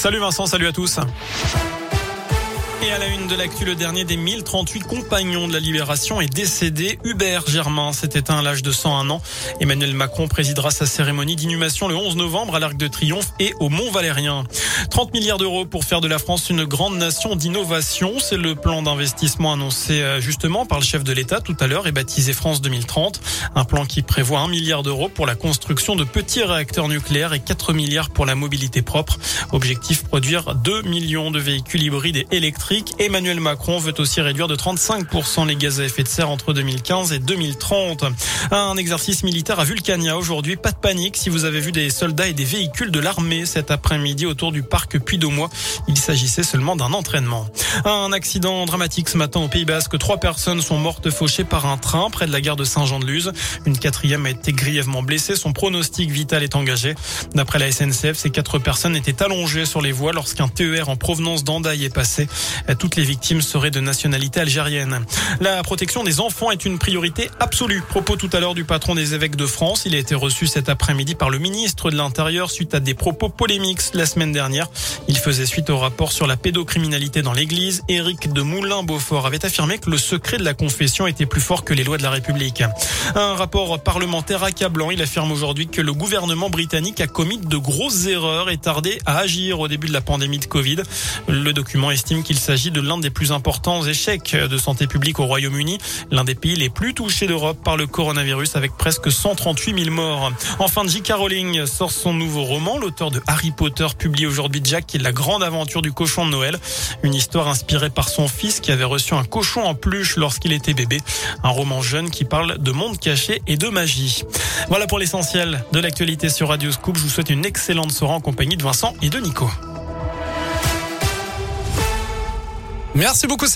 Salut Vincent, salut à tous. Et à la une de l'actu, le dernier des 1038 compagnons de la Libération est décédé. Hubert Germain s'est éteint à l'âge de 101 ans. Emmanuel Macron présidera sa cérémonie d'inhumation le 11 novembre à l'Arc de Triomphe et au Mont-Valérien. 30 milliards d'euros pour faire de la France une grande nation d'innovation. C'est le plan d'investissement annoncé justement par le chef de l'État tout à l'heure et baptisé France 2030. Un plan qui prévoit 1 milliard d'euros pour la construction de petits réacteurs nucléaires et 4 milliards pour la mobilité propre. Objectif, produire 2 millions de véhicules hybrides et électriques. Emmanuel Macron veut aussi réduire de 35% les gaz à effet de serre entre 2015 et 2030. Un exercice militaire à Vulcania aujourd'hui. Pas de panique si vous avez vu des soldats et des véhicules de l'armée cet après-midi autour du parc Puy-d'Aumois. Il s'agissait seulement d'un entraînement. Un accident dramatique ce matin au Pays Basque. 3 personnes sont mortes fauchées par un train près de la gare de Saint-Jean-de-Luz. Une 4e a été grièvement blessée. Son pronostic vital est engagé. D'après la SNCF, ces 4 personnes étaient allongées sur les voies lorsqu'un TER en provenance d'Hendaye est passé. Toutes les victimes seraient de nationalité algérienne. La protection des enfants est une priorité absolue. Propos tout à l'heure du patron des évêques de France. Il a été reçu cet après-midi par le ministre de l'Intérieur suite à des propos polémiques la semaine dernière. Il faisait suite au rapport sur la pédocriminalité dans l'Église. Éric de Moulin-Beaufort avait affirmé que le secret de la confession était plus fort que les lois de la République. Un rapport parlementaire accablant. Il affirme aujourd'hui que le gouvernement britannique a commis de grosses erreurs et tardé à agir au début de la pandémie de Covid. Le document estime qu'il s'agit de l'un des plus importants échecs de santé publique au Royaume-Uni, l'un des pays les plus touchés d'Europe par le coronavirus avec presque 138 000 morts. Enfin, J.K. Rowling sort son nouveau roman. L'auteur de Harry Potter publie aujourd'hui Jack, qui est la grande aventure du cochon de Noël. Une histoire inspirée par son fils qui avait reçu un cochon en peluche lorsqu'il était bébé. Un roman jeune qui parle de monde caché et de magie. Voilà pour l'essentiel de l'actualité sur Radio Scoop. Je vous souhaite une excellente soirée en compagnie de Vincent et de Nico. Merci beaucoup.